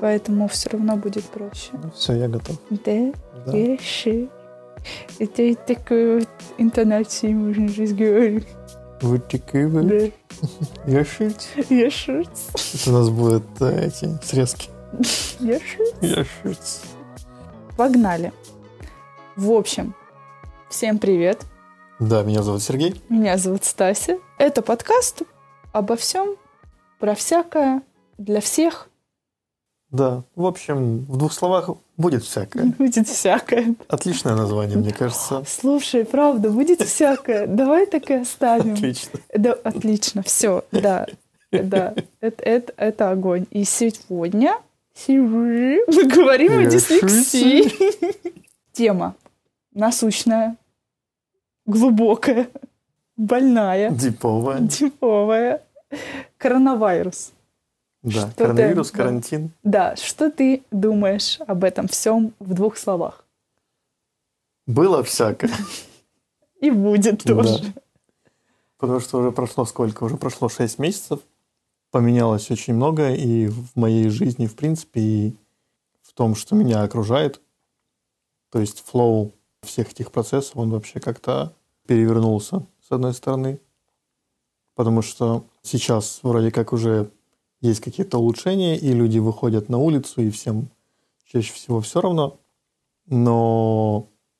поэтому все равно будет проще. Ну, все, я готов. Да? Да. Хорошо. Это такой вот интонацией можно разговаривать. Вот такие вы. Да. Я шить. Я шут. Это у нас будут эти срезки. Я шут. Я шить. Погнали. В общем, всем привет. Да, меня зовут Сергей. Меня зовут Стася. Это подкаст обо всем, про всякое, для всех. Да, в общем, в двух словах будет всякое. Будет всякое. Отличное название, мне кажется. Слушай, правда, будет всякое. Давай так и оставим. Отлично. Да, отлично, все, да. Да, это огонь. И сегодня мы говорим о дислексии. Тема насущная, глубокая, больная, диповая. Коронавирус. Да, Что коронавирус, ты, карантин. Да, что ты думаешь об этом всем в двух словах? Было всякое. И будет тоже. Да. Потому что уже прошло сколько? Уже прошло 6 месяцев. Поменялось очень много и в моей жизни, в принципе, и в том, что меня окружает. То есть флоу всех этих процессов, он вообще как-то перевернулся, с одной стороны. Потому что сейчас вроде как уже есть какие-то улучшения, и люди выходят на улицу, и всем чаще всего все равно. Но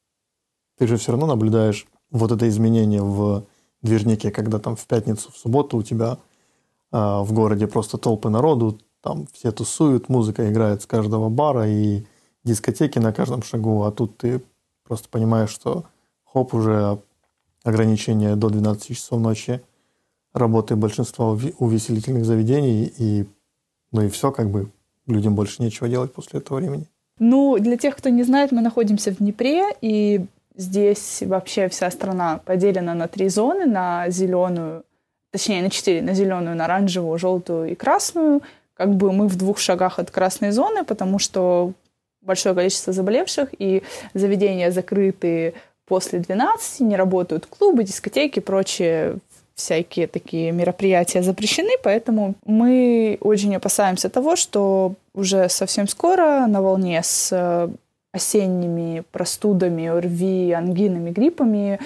ты же все равно наблюдаешь вот это изменение в движнике, когда там в пятницу, в субботу у тебя в городе просто толпы народу, там все тусуют, музыка играет с каждого бара и дискотеки на каждом шагу, а тут ты просто понимаешь, что хоп, уже ограничение до 12 часов ночи работы большинства увеселительных заведений, и все, как бы людям больше нечего делать после этого времени. Ну, для тех, кто не знает, мы находимся в Днепре, и здесь вообще вся страна поделена на 3 зоны, на зеленую, точнее на 4, на зеленую, на оранжевую, желтую и красную. Как бы мы в 2 шагах от красной зоны, потому что большое количество заболевших, и заведения закрыты после 12, не работают клубы, дискотеки, прочие всякие такие мероприятия запрещены, поэтому мы очень опасаемся того, что уже совсем скоро на волне с осенними простудами, ОРВИ, ангинами, гриппами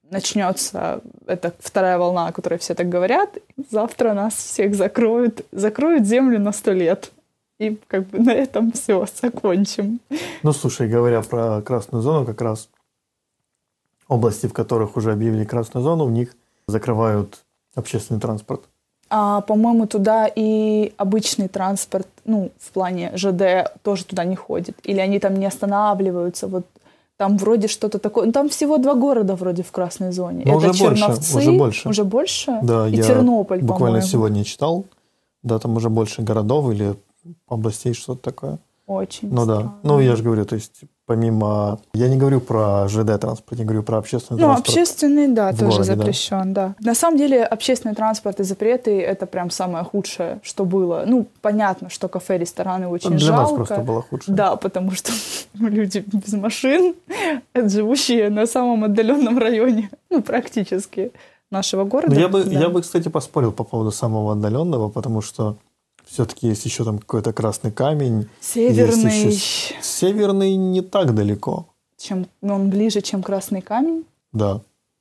начнется эта 2-я волна, о которой все так говорят. Завтра нас всех закроют землю на 100 лет. И как бы на этом все, закончим. Ну, слушай, говоря про красную зону, как раз области, в которых уже объявили красную зону, в них закрывают общественный транспорт. По-моему, туда и обычный транспорт, ну, в плане ЖД, тоже туда не ходит. Или они там не останавливаются. Вот там вроде что-то такое. Ну, там всего 2 города вроде в красной зоне. Но это уже Черновцы. Больше. Уже больше? Да, и я Тернополь, буквально по-моему. сегодня читал. Да, там уже больше городов или областей, что-то такое. Очень Ну странно. да. Ну, я же говорю, то есть помимо... Я не говорю про ЖД-транспорт, я говорю про общественный транспорт. Ну, общественный, да, тоже городе, запрещен, да. На самом деле, общественный транспорт и запреты — это прям самое худшее, что было. Ну, понятно, что кафе, рестораны очень для жалко. нас просто было худшее. Да, потому что мы люди без машин, живущие на самом отдаленном районе, ну, практически, нашего города. Я бы, кстати, поспорил по поводу самого отдаленного, потому что все-таки есть еще там какой-то Красный Камень. Северный. Северный не так далеко. Он ближе, чем Красный Камень. Да.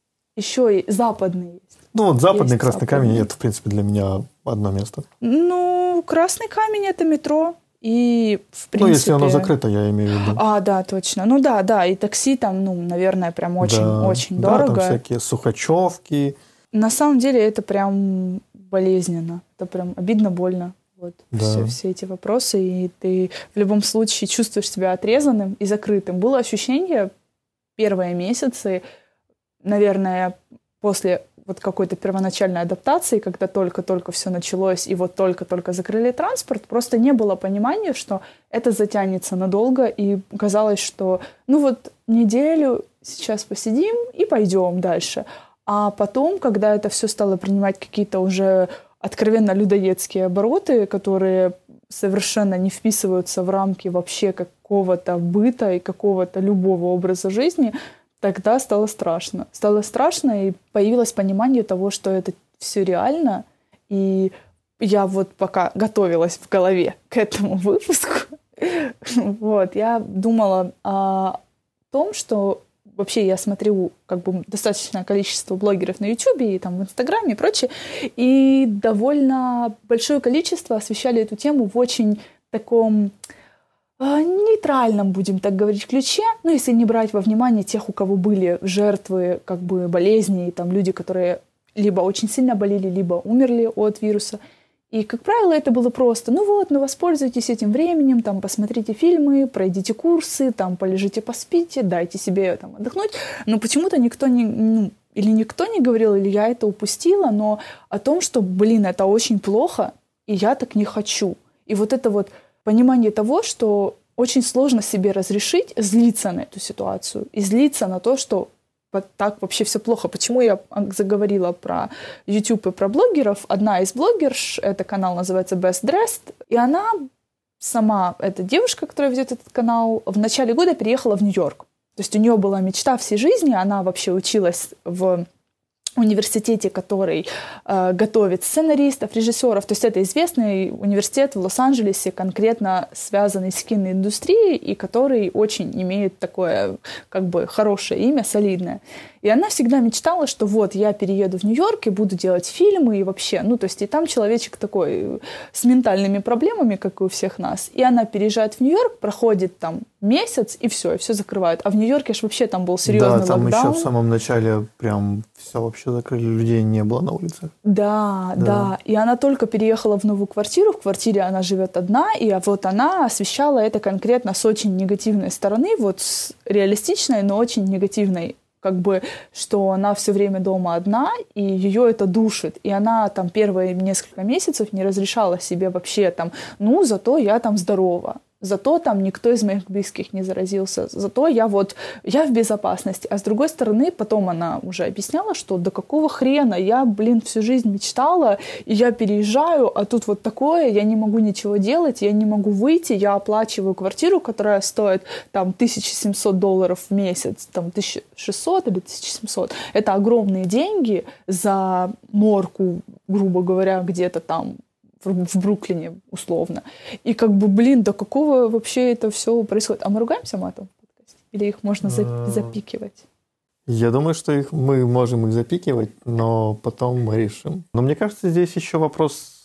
Еще и западный есть. Ну вот западный есть Красный западный. Камень, это, в принципе, для меня одно место. Ну, Красный Камень — это метро. И, в принципе... Ну, если оно закрыто, я имею в виду. Да, точно. Ну да. И такси там, ну, наверное, прям очень дорого. Да, там всякие сухачевки. На самом деле это прям болезненно. Это прям обидно, больно. Вот Да. все эти вопросы. И ты в любом случае чувствуешь себя отрезанным и закрытым. Было ощущение первые месяцы, наверное, после вот какой-то первоначальной адаптации, когда только-только все началось, и вот только-только закрыли транспорт, просто не было понимания, что это затянется надолго, и казалось, что ну вот неделю сейчас посидим и пойдем дальше. А потом, когда это все стало принимать какие-то уже откровенно людоедские обороты, которые совершенно не вписываются в рамки вообще какого-то быта и какого-то любого образа жизни, тогда стало страшно. Стало страшно, и появилось понимание того, что это все реально, и я вот пока готовилась в голове к этому выпуску, вот, я думала о том, что вообще я смотрю как бы достаточное количество блогеров на Ютубе и там в Инстаграме и прочее, и довольно большое количество освещали эту тему в очень таком нейтральном, будем так говорить, ключе, ну, если не брать во внимание тех, у кого были жертвы как бы болезней, там люди, которые либо очень сильно болели, либо умерли от вируса. И, как правило, это было просто, ну воспользуйтесь этим временем, там, посмотрите фильмы, пройдите курсы, там, полежите, поспите, дайте себе там отдохнуть. Но почему-то никто не говорил, или я это упустила, но о том, что, это очень плохо, и я так не хочу. И вот это вот понимание того, что очень сложно себе разрешить злиться на эту ситуацию и злиться на то, что так вообще все плохо. Почему я заговорила про YouTube и про блогеров? Одна из блогерш, это канал называется Best Dressed, и она сама, эта девушка, которая ведет этот канал, в начале года переехала в Нью-Йорк. То есть у нее была мечта всей жизни, она вообще училась в университете, который готовит сценаристов, режиссеров. То есть это известный университет в Лос-Анджелесе, конкретно связанный с киноиндустрией, и который очень имеет такое как бы хорошее имя, солидное. И она всегда мечтала, что вот я перееду в Нью-Йорк и буду делать фильмы и вообще, то есть и там человечек такой с ментальными проблемами, как и у всех нас. И она переезжает в Нью-Йорк, проходит там месяц, и все закрывают. А в Нью-Йорке же вообще там был серьезный локдаун. Да, там еще в самом начале прям все вообще закрыли, людей не было на улице. Да. И она только переехала в новую квартиру, в квартире она живет одна, и вот она освещала это конкретно с очень негативной стороны, вот с реалистичной, но очень негативной, как бы, что она все время дома одна, и ее это душит. И она там первые несколько месяцев не разрешала себе вообще там, зато я там здорова. Зато там никто из моих близких не заразился. Зато я в безопасности. А с другой стороны, потом она уже объясняла, что до какого хрена я, всю жизнь мечтала, и я переезжаю, а тут вот такое, я не могу ничего делать, я не могу выйти, я оплачиваю квартиру, которая стоит там $1700 в месяц, там 1600 или 1700. Это огромные деньги за норку, грубо говоря, где-то там в Бруклине, условно. И как бы, до какого вообще это все происходит? А мы ругаемся матом в подкасте? Или их можно запикивать? Я думаю, что мы можем их запикивать, но потом мы решим. Но мне кажется, здесь еще вопрос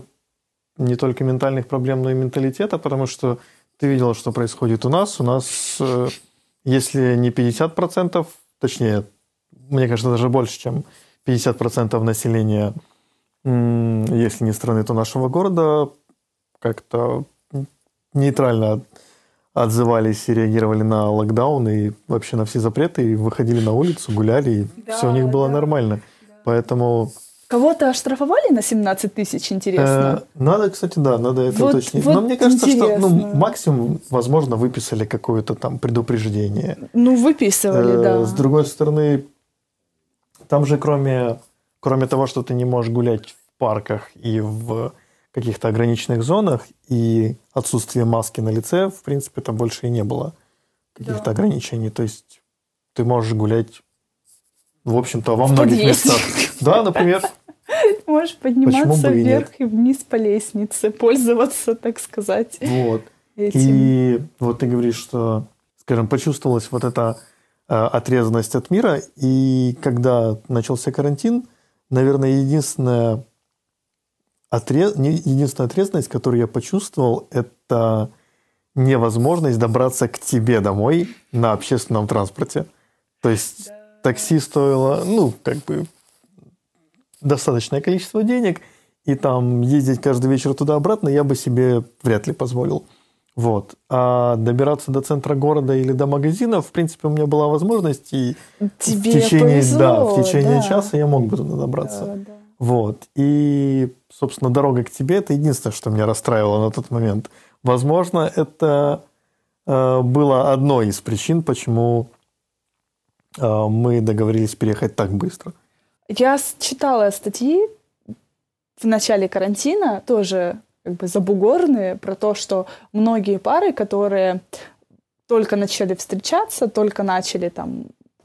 не только ментальных проблем, но и менталитета, потому что ты видела, что происходит у нас. У нас, если не 50%, точнее, мне кажется, даже больше, чем 50% населения, если не страны, то нашего города, как-то нейтрально отзывались и реагировали на локдаун и вообще на все запреты, и выходили на улицу, гуляли, и все у них было нормально. Да. Поэтому... Кого-то оштрафовали на 17 тысяч, интересно? Надо, кстати, надо это уточнить. Но мне кажется, что максимум, возможно, выписали какое-то там предупреждение. Выписывали, да. С другой стороны, там же кроме того, что ты не можешь гулять в парках и в каких-то ограниченных зонах, и отсутствие маски на лице, в принципе, там больше и не было каких-то ограничений. То есть ты можешь гулять, в общем-то, во многих местах. Да, например. Можешь подниматься вверх и вниз по лестнице, пользоваться, так сказать. Вот. И вот ты говоришь, что, скажем, почувствовалась вот эта отрезанность от мира, и когда начался карантин, наверное, единственная отрезанность, которую я почувствовал, это невозможность добраться к тебе домой на общественном транспорте. То есть такси стоило, достаточное количество денег, и там ездить каждый вечер туда-обратно я бы себе вряд ли позволил. Вот. А добираться до центра города или до магазинов, в принципе, у меня была возможность, и в течение часа я мог бы туда добраться. Да. Вот. И, собственно, дорога к тебе – это единственное, что меня расстраивало на тот момент. Возможно, это было одной из причин, почему мы договорились переехать так быстро. Я читала статьи в начале карантина, тоже забугорные, про то, что многие пары, которые только начали встречаться, только начали там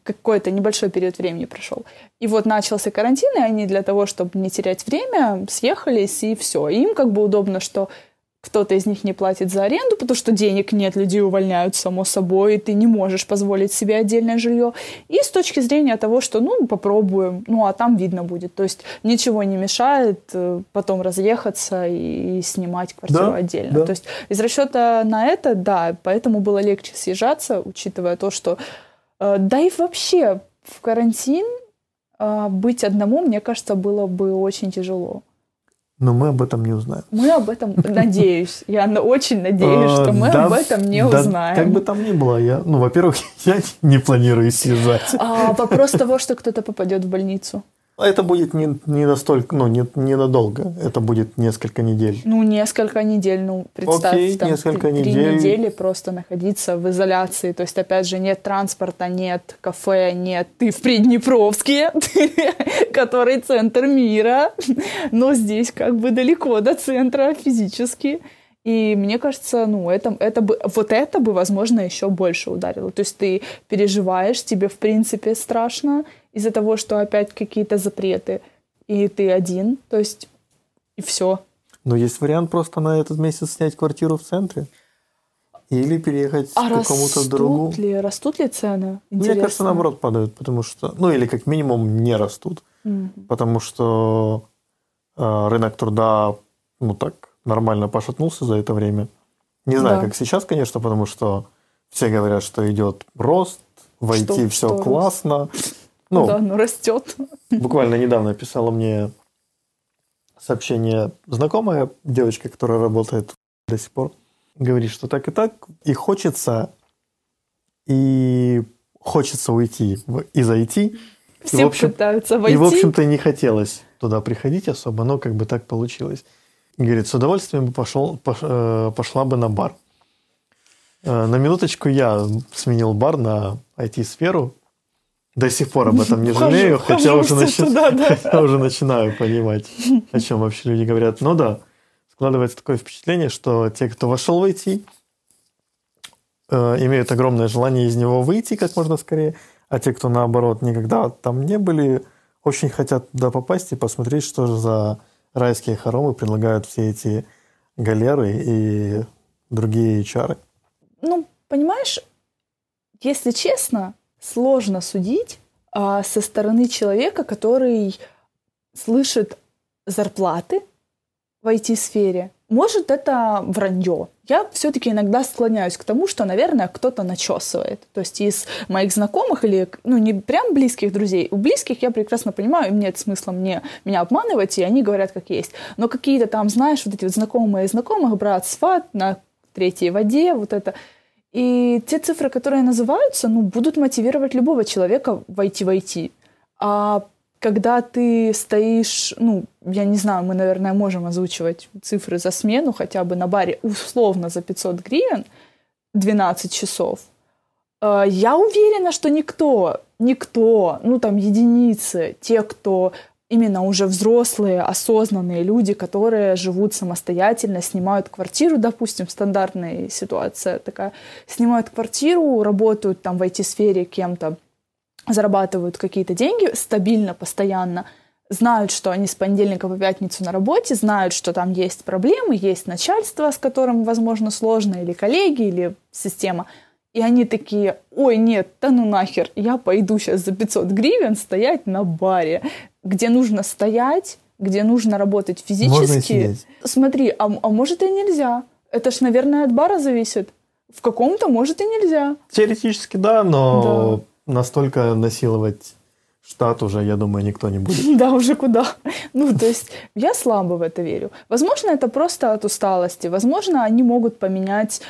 какой-то небольшой период времени прошел. И вот начался карантин, и они для того, чтобы не терять время, съехались, и все. И им как бы удобно, что кто-то из них не платит за аренду, потому что денег нет, людей увольняют, само собой, и ты не можешь позволить себе отдельное жилье. И с точки зрения того, что, попробуем, а там видно будет. То есть ничего не мешает потом разъехаться и снимать квартиру отдельно. Да. То есть из расчета на это, да, поэтому было легче съезжаться, учитывая то, что... Да и вообще в карантин быть одному, мне кажется, было бы очень тяжело. Но мы об этом не узнаем. Мы об этом, надеюсь, я очень надеюсь, что мы об этом не узнаем. Как бы там ни было, во-первых, я не планирую съезжать. Вопрос того, что кто-то попадет в больницу. Это будет не настолько, не надолго. Это будет несколько недель. Несколько недель. Представь, окей, там несколько 3 недель. недели просто находиться в изоляции. То есть, опять же, нет транспорта, нет кафе, нет. Ты в Приднепровске, который центр мира, но здесь как бы далеко до центра физически. И мне кажется, это бы, возможно, еще больше ударило. То есть ты переживаешь, тебе, в принципе, страшно из-за того, что опять какие-то запреты, и ты один, то есть и все. Но есть вариант просто на этот месяц снять квартиру в центре или переехать к какому-то другу. Растут ли цены? Интересно. Мне кажется, наоборот, падают, потому что... или как минимум не растут. Потому что рынок труда, нормально пошатнулся за это время. Не знаю, как сейчас, конечно, потому что все говорят, что идет рост, в IT все классно. Растет. Буквально недавно писала мне сообщение знакомая девочка, которая работает до сих пор. Говорит, что так и так, и хочется уйти из IT. Все пытаются войти. И, в общем-то, не хотелось туда приходить особо, но как бы так получилось. Говорит, с удовольствием бы пошла бы на бар. На минуточку я сменил бар на IT-сферу. До сих пор об этом не жалею, хотя уже начинаю понимать, о чем вообще люди говорят. Но да, складывается такое впечатление, что те, кто вошел в IT, имеют огромное желание из него выйти как можно скорее, а те, кто, наоборот, никогда там не были, очень хотят туда попасть и посмотреть, что же за райские хоромы предлагают все эти галеры и другие HR. Понимаешь, если честно, сложно судить со стороны человека, который слышит зарплаты в IT-сфере. Может, это вранье. Я все-таки иногда склоняюсь к тому, что, наверное, кто-то начесывает. То есть из моих знакомых или, не прям близких друзей. У близких я прекрасно понимаю, им нет смысла меня обманывать, и они говорят, как есть. Но какие-то там, знаешь, вот эти вот знакомые знакомых, брат, сват на третьей воде, вот это... И те цифры, которые называются, будут мотивировать любого человека войти в IT. А когда ты стоишь, я не знаю, мы, наверное, можем озвучивать цифры за смену хотя бы на баре условно за 500 гривен 12 часов, я уверена, что никто, единицы, те, кто именно уже взрослые, осознанные люди, которые живут самостоятельно, снимают квартиру, допустим, стандартная ситуация такая, снимают квартиру, работают там в IT-сфере кем-то, зарабатывают какие-то деньги стабильно, постоянно, знают, что они с понедельника по пятницу на работе, знают, что там есть проблемы, есть начальство, с которым, возможно, сложно, или коллеги, или система. И они такие, ой, нет, да ну нахер, я пойду сейчас за 500 гривен стоять на баре, где нужно стоять, где нужно работать физически. Смотри, а может и нельзя. Это ж, наверное, от бара зависит. В каком-то, может, и нельзя. Теоретически, да, но настолько насиловать штат уже, я думаю, никто не будет. Да, уже куда. То есть я слабо в это верю. Возможно, это просто от усталости. Возможно, они могут поменять,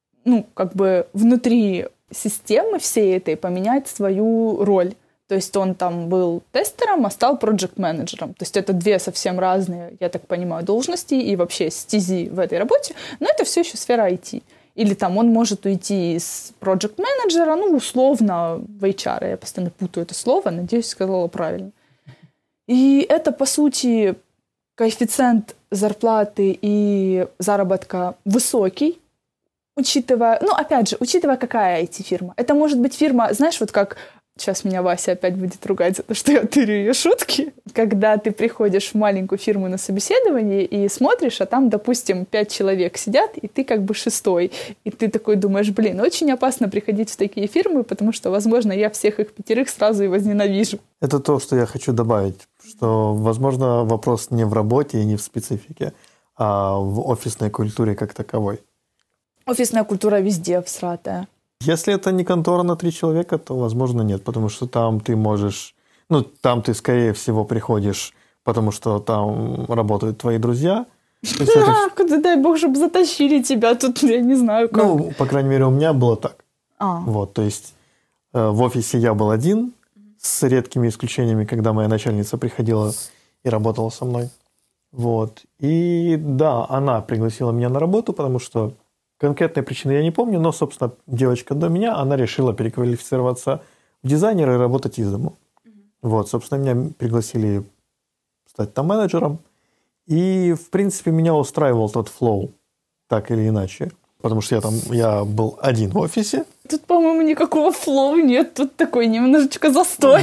внутри системы всей этой поменять свою роль. То есть он там был тестером, а стал проект-менеджером. То есть это две совсем разные, я так понимаю, должности и вообще стези в этой работе, но это все еще сфера IT. Или там он может уйти из проект-менеджера, условно, в HR. Я постоянно путаю это слово, надеюсь, сказала правильно. И это, по сути, коэффициент зарплаты и заработка высокий, учитывая, опять же, учитывая, какая IT-фирма. Это может быть фирма, знаешь, вот как сейчас меня Вася опять будет ругать за то, что я тырю ее шутки, когда ты приходишь в маленькую фирму на собеседование и смотришь, а там, допустим, 5 человек сидят, и ты как бы 6-й. И ты такой думаешь, блин, очень опасно приходить в такие фирмы, потому что, возможно, я всех их 5 сразу и возненавижу. Это то, что я хочу добавить, что, возможно, вопрос не в работе и не в специфике, а в офисной культуре как таковой. Офисная культура везде всратая. Если это не контора на 3 человека, то, возможно, нет, потому что там ты можешь... Ну, там ты, скорее всего, приходишь, потому что там работают твои друзья. Куда, дай бог, чтобы затащили тебя тут, я не знаю как. Ну, по крайней мере, у меня было так. А. Вот, то есть в офисе я был один, с редкими исключениями, когда моя начальница приходила и работала со мной. Вот. И да, она пригласила меня на работу, потому что конкретной причины я не помню, но, собственно, девочка до меня, она решила переквалифицироваться в дизайнера и работать из дому. Вот, собственно, меня пригласили стать там менеджером. И, в принципе, меня устраивал тот флоу, так или иначе. Потому что я был один в офисе. Тут, по-моему, никакого флоу нет. Тут такой немножечко застой.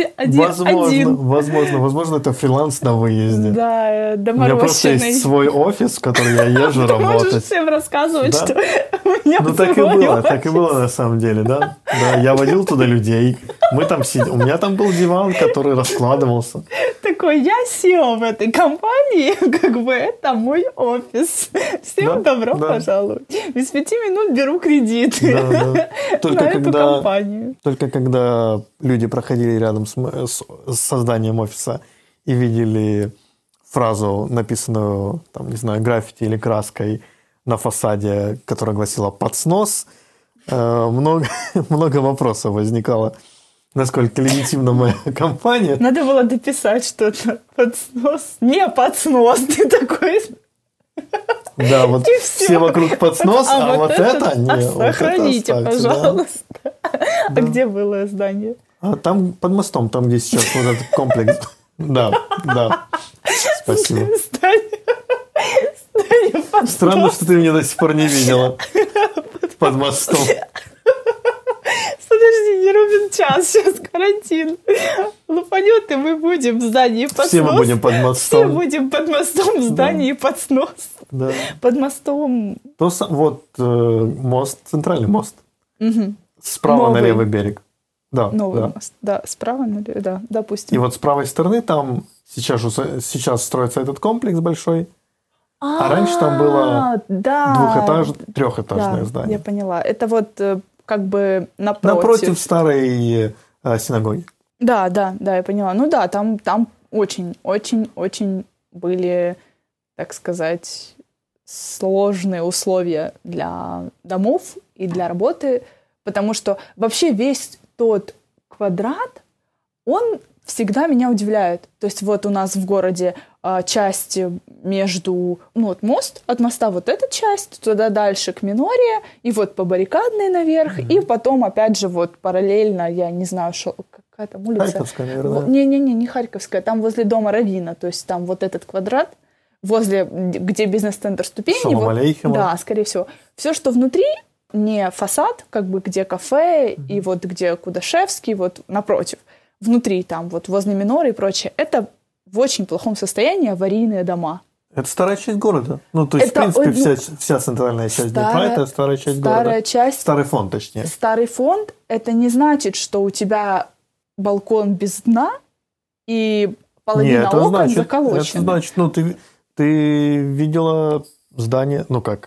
Возможно, это фриланс на выезде. Да, доморощенный. У меня просто есть свой офис, в который я езжу работать. Ты можешь всем рассказывать, что у меня Ну, так и было на самом деле, да. Да, я водил туда людей. Мы там сидели. У меня там был диван, который раскладывался. Такой, я SEO в этой компании, как бы это мой офис. Всем добро пожаловать. Без 5 минут беру кредит на эту компанию. Только когда люди проходили рядом с созданием офиса и видели фразу, написанную, там, не знаю, граффити или краской на фасаде, которая гласила «под снос», много вопросов возникало. Насколько легитимна моя компания. Надо было дописать что-то под снос. Не под снос, ты такой... Да, вот все вокруг под снос, а вот это не. Сохраните, пожалуйста. А где было здание? Там под мостом, там, где сейчас вот этот комплекс. Да. Спасибо. Странно, что ты меня до сих пор не видела. Под мостом. Подожди, не ровен час, сейчас карантин. Лупанет, и мы будем в здании под снос. Все мы будем под мостом. Все будем под мостом в здании под снос. Да. Под мостом. Вот мост, центральный мост. Угу. Справа на левый берег. Да, новый мост. Да, справа на левый, да, допустим. И вот с правой стороны там сейчас строится этот комплекс большой. А раньше там было трехэтажное здание. Я поняла. Это вот как бы напротив. Напротив старой синагоги. Да, я поняла. Ну да, там очень-очень-очень были, так сказать, сложные условия для домов и для работы, потому что вообще весь тот квадрат, он всегда меня удивляет. То есть вот у нас в городе часть между... Ну вот мост, от моста вот эта часть, туда дальше к Минория, и вот по Баррикадной наверх, и потом опять же вот параллельно, я не знаю, какая там улица. Харьковская, наверное. Не Харьковская, там возле дома Равина, то есть там вот этот квадрат, возле, где бизнес-центр ступени. Вот, да, скорее всего. Все, что внутри, не фасад, как бы где кафе, и вот где Кудашевский, вот напротив. Внутри там, вот возле Миноры и прочее, это в очень плохом состоянии аварийные дома. Это старая часть города. Ну, то есть, в принципе, вся центральная часть Днепра – это старая часть города. Старый фонд, точнее. Старый фонд – это не значит, что у тебя балкон без дна и половина окон заколочена. Это значит, ну, ты видела здание,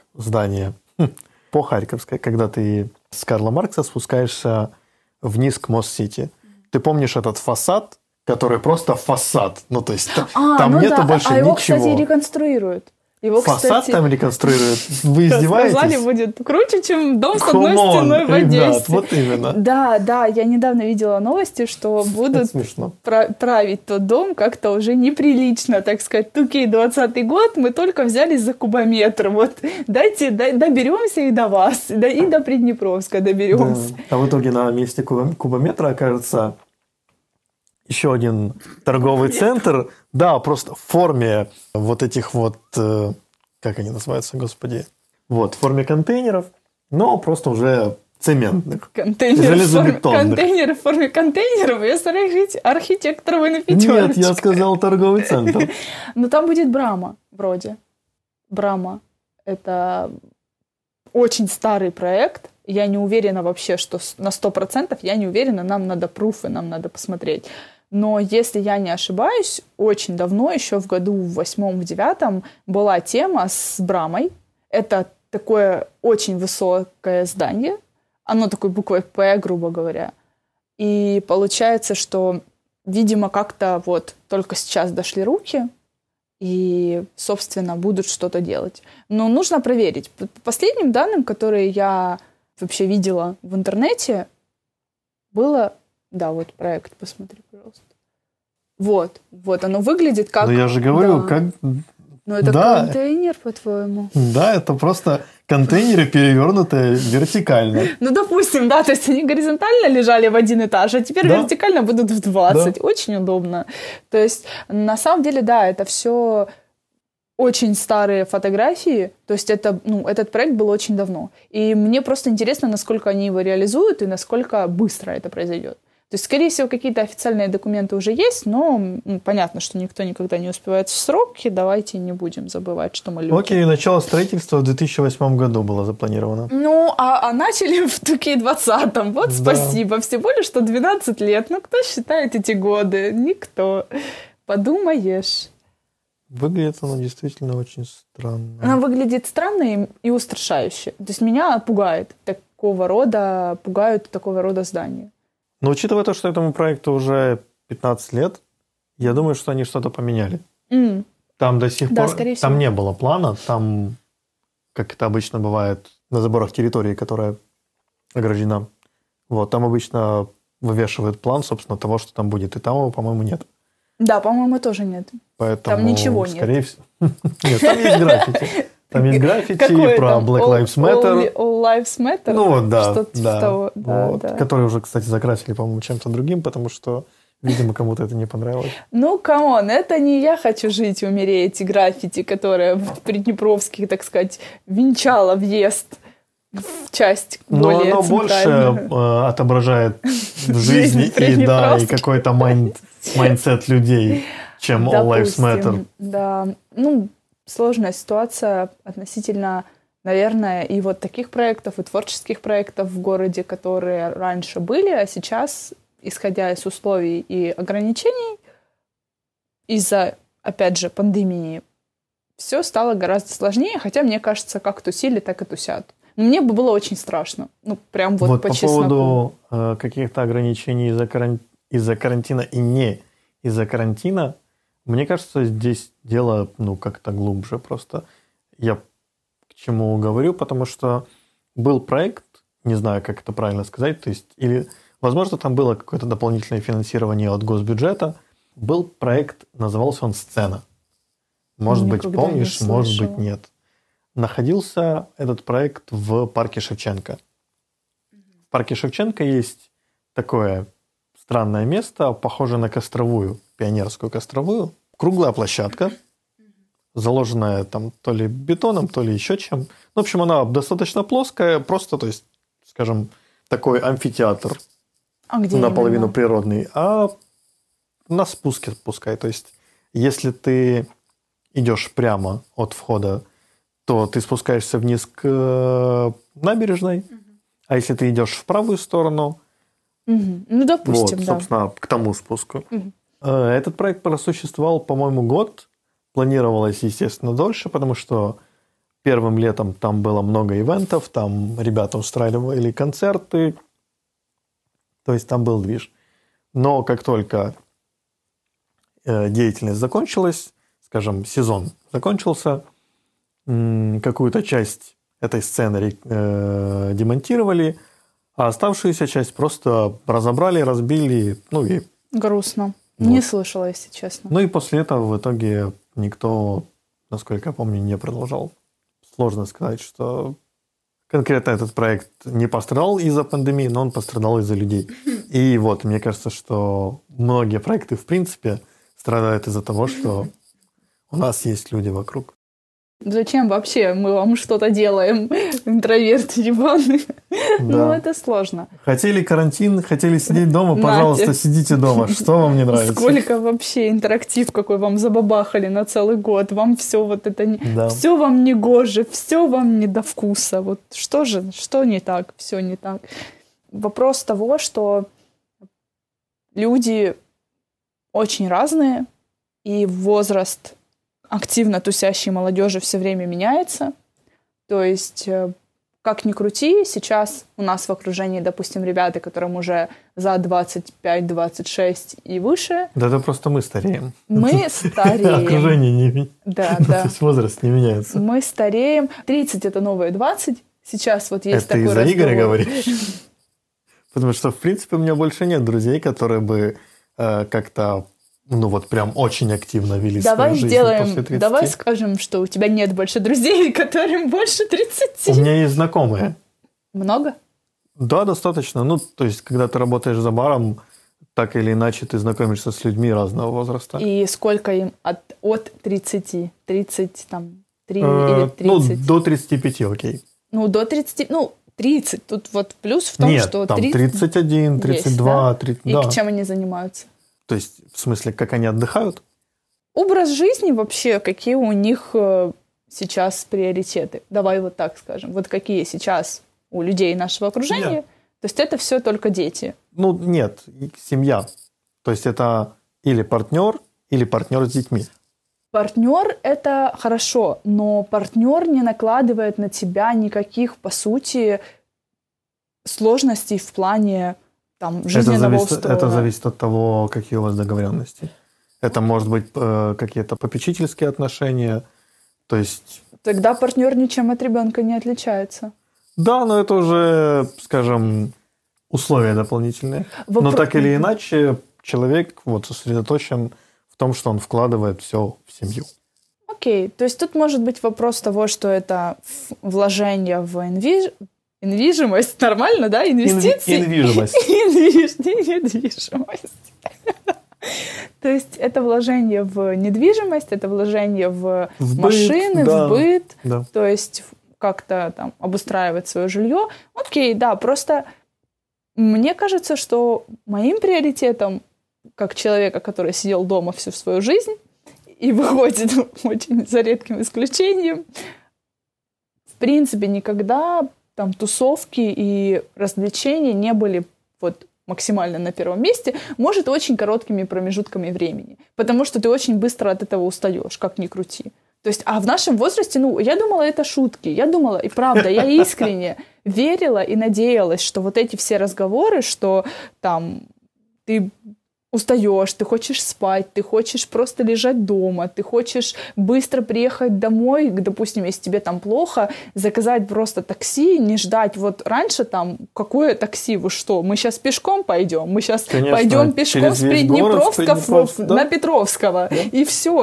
по Харьковской, когда ты с Карла Маркса спускаешься вниз к Мост-Сити. Ты помнишь этот фасад, который просто фасад? Ну, то есть там нету больше ничего. А его, кстати, реконструируют. Фасад там реконструируют? Вы издеваетесь? Сказали, будет круче, чем дом с одной стеной в Одессе. Ребят, вот именно. Да, я недавно видела новости, что будут править тот дом как-то уже неприлично, так сказать. Окей, 20-й год, мы только взялись за кубометр. Вот доберемся и до вас, и до Приднепровска доберемся. Да. А в итоге на месте кубометра окажется еще один торговый центр, да, просто в форме вот этих вот, как они называются, господи, вот, в форме контейнеров, но просто уже Цементных. Железобетонных. Контейнеры в форме контейнеров. Я стараюсь архитектор вы на пятерочку. Нет, я сказал торговый центр. Но там будет Брама, вроде. Брама. Это очень старый проект. Я не уверена вообще, что на 100%, я не уверена, нам надо пруфы, нам надо посмотреть. Но если я не ошибаюсь, очень давно, еще в году в 8-9, была тема с Брамой. Это такое очень высокое здание. Оно такой буквой «П», грубо говоря. И получается, что, видимо, как-то вот только сейчас дошли руки, и, собственно, будут что-то делать. Но нужно проверить. По последним данным, которые я вообще видела в интернете, было... Да, вот проект, посмотри, пожалуйста. Вот, оно выглядит как... Ну, я же говорю, да. как... Ну, это да. Контейнер, по-твоему. Да, это просто контейнеры, перевернутые вертикально. Ну, допустим, да, то есть они горизонтально лежали в один этаж, а теперь вертикально будут в 20. Да. Очень удобно. То есть, на самом деле, да, это все очень старые фотографии, то есть это, этот проект был очень давно. И мне просто интересно, насколько они его реализуют и насколько быстро это произойдет. То есть, скорее всего, какие-то официальные документы уже есть, но понятно, что никто никогда не успевает в сроки. Давайте не будем забывать, что мы люди. Окей, начало строительства в 2008 году было запланировано. Ну, а начали в 2020. Вот да. Спасибо. Всего лишь что 12 лет. Ну, кто считает эти годы? Никто. Подумаешь. Выглядит оно действительно очень странно. Она выглядит странно и устрашающе. То есть меня пугают такого рода здания. Но учитывая то, что этому проекту уже 15 лет, я думаю, что они что-то поменяли. Там до сих пор... Там не было плана. Там, как это обычно бывает на заборах территории, которая ограждена. Вот, там обычно вывешивают план, собственно, того, что там будет. И там его, по-моему, нет. Да, по-моему, тоже нет. Поэтому, там ничего скорее всего... Нет, там есть граффити. Там есть граффити про Black Lives Matter. All Lives Matter? Ну вот, да. Да. Которые уже, кстати, закрасили, по-моему, чем-то другим, потому что, видимо, кому-то это не понравилось. Ну, камон, это не «Я хочу жить, умереть» граффити, которая в Приднепровске, так сказать, венчала въезд в часть более центральную. Но оно больше отображает жизнь и какой-то майндсет людей, чем All Lives Matter. Да, сложная ситуация относительно, наверное, и вот таких проектов, и творческих проектов в городе, которые раньше были, а сейчас, исходя из условий и ограничений, из-за, опять же, пандемии, все стало гораздо сложнее, хотя, мне кажется, как тусили, так и тусят. Но мне бы было очень страшно. Прям вот по чесноку. По поводу каких-то ограничений из-за карантина и не из-за карантина, мне кажется, здесь дело, как-то глубже просто. Я к чему говорю, потому что был проект, не знаю, как это правильно сказать, то есть, или, возможно, там было какое-то дополнительное финансирование от госбюджета. Был проект, назывался он «Сцена». Может быть, помнишь, может быть, нет. Находился этот проект в парке Шевченко. В парке Шевченко есть такое странное место, похоже на Костровую, Пионерскую Костровую. Круглая площадка, заложенная там то ли бетоном, то ли еще чем. В общем, она достаточно плоская, просто, то есть, скажем, такой амфитеатр. А где наполовину именно? Природный. А на спуске пускай. То есть, если ты идешь прямо от входа, то ты спускаешься вниз к набережной. А если ты идешь в правую сторону... допустим, вот, собственно, к тому спуску. Этот проект просуществовал, по-моему, год. Планировалось, естественно, дольше, потому что первым летом там было много ивентов, там ребята устраивали концерты, то есть там был движ. Но как только деятельность закончилась, скажем, сезон закончился, какую-то часть этой сцены демонтировали, а оставшуюся часть просто разобрали, разбили, и... Грустно. Вот. Не слышала, если честно. И после этого в итоге никто, насколько я помню, не продолжал. Сложно сказать, что конкретно этот проект не пострадал из-за пандемии, но он пострадал из-за людей. И вот, мне кажется, что многие проекты, в принципе, страдают из-за того, что у нас есть люди вокруг. Зачем вообще мы вам что-то делаем, интроверты ебаные? Ну, это сложно. Хотели карантин, хотели сидеть дома, пожалуйста, сидите дома. Что вам не нравится? Сколько вообще интерактив какой вам забабахали на целый год. Вам все вот это... Все вам не гоже, все вам не до вкуса. Вот что не так? Все не так. Вопрос того, что люди очень разные, и возраст активно тусящей молодежи все время меняется. То есть, как ни крути, сейчас у нас в окружении, допустим, ребята, которым уже за 25-26 и выше. Да это просто мы стареем. Мы стареем. Окружение не меняется. Да. То есть возраст не меняется. Мы стареем. 30 — это новые 20. Сейчас вот есть такой разговор. Это из-за Игоря говоришь? Потому что, в принципе, у меня больше нет друзей, которые бы как-то... Ну вот прям очень активно вели свою жизнь после 30. Давай скажем, что у тебя нет больше друзей, которым больше 30. У меня есть знакомые. Много? Да, достаточно. Ну, то есть, когда ты работаешь за баром, так или иначе ты знакомишься с людьми разного возраста. И сколько им от 30? 30, там, 3 или 30? Ну, до 35, окей. Ну, до 30, 30. Тут вот плюс в том, нет, что... там 30, 31, 32, есть, 30... И да. чем они занимаются? То есть, в смысле, как они отдыхают? Образ жизни вообще, какие у них сейчас приоритеты? Давай вот так скажем. Вот какие сейчас у людей нашего окружения? То есть это все только дети? Ну, нет, семья. То есть это или партнер с детьми. Партнер — это хорошо, но партнер не накладывает на тебя никаких, по сути, сложностей в плане... Там, жизненного устроя. Это зависит от того, какие у вас договоренности. Это может быть какие-то попечительские отношения. То есть... Тогда партнер ничем от ребенка не отличается. Да, но это уже, скажем, условия дополнительные. Но так или иначе, человек вот сосредоточен в том, что он вкладывает все в семью. Окей. То есть тут может быть вопрос того, что это вложение в недвижимость, нормально, да? Инвестиции. Недвижимость. То есть это вложение в недвижимость, это вложение в машины, в быт. Да. То есть как-то там обустраивать свое жилье. Окей, да, просто мне кажется, что моим приоритетом, как человека, который сидел дома всю свою жизнь и выходит очень за редким исключением, в принципе, никогда... Там тусовки и развлечения не были вот максимально на первом месте, может, очень короткими промежутками времени, потому что ты очень быстро от этого устаешь, как ни крути. То есть, а в нашем возрасте, я думала, это шутки, я думала, и правда, я искренне верила и надеялась, что вот эти все разговоры, что там ты устаешь, ты хочешь спать, ты хочешь просто лежать дома, ты хочешь быстро приехать домой, допустим, если тебе там плохо, заказать просто такси, не ждать. Вот раньше там, какое такси, вы что, мы сейчас пешком пойдем, мы сейчас пойдем пешком с Приднепровска на Петровского, да? и все,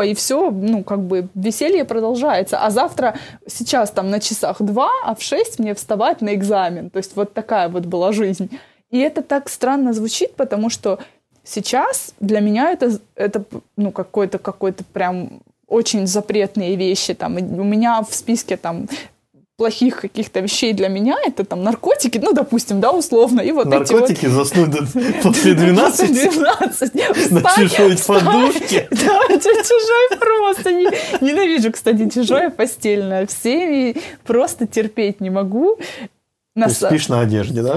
веселье продолжается. А завтра, сейчас там на часах 2, а в 6 мне вставать на экзамен. То есть вот такая вот была жизнь. И это так странно звучит, потому что сейчас для меня это какой-то прям очень запретные вещи. Там, у меня в списке там плохих каких-то вещей для меня это там наркотики, допустим, да, условно. И вот наркотики, заснуть после 12? На чужой подушке? Да, чужой просто. Ненавижу, кстати, чужое постельное. Всеми просто терпеть не могу. Ты спишь на одежде, да?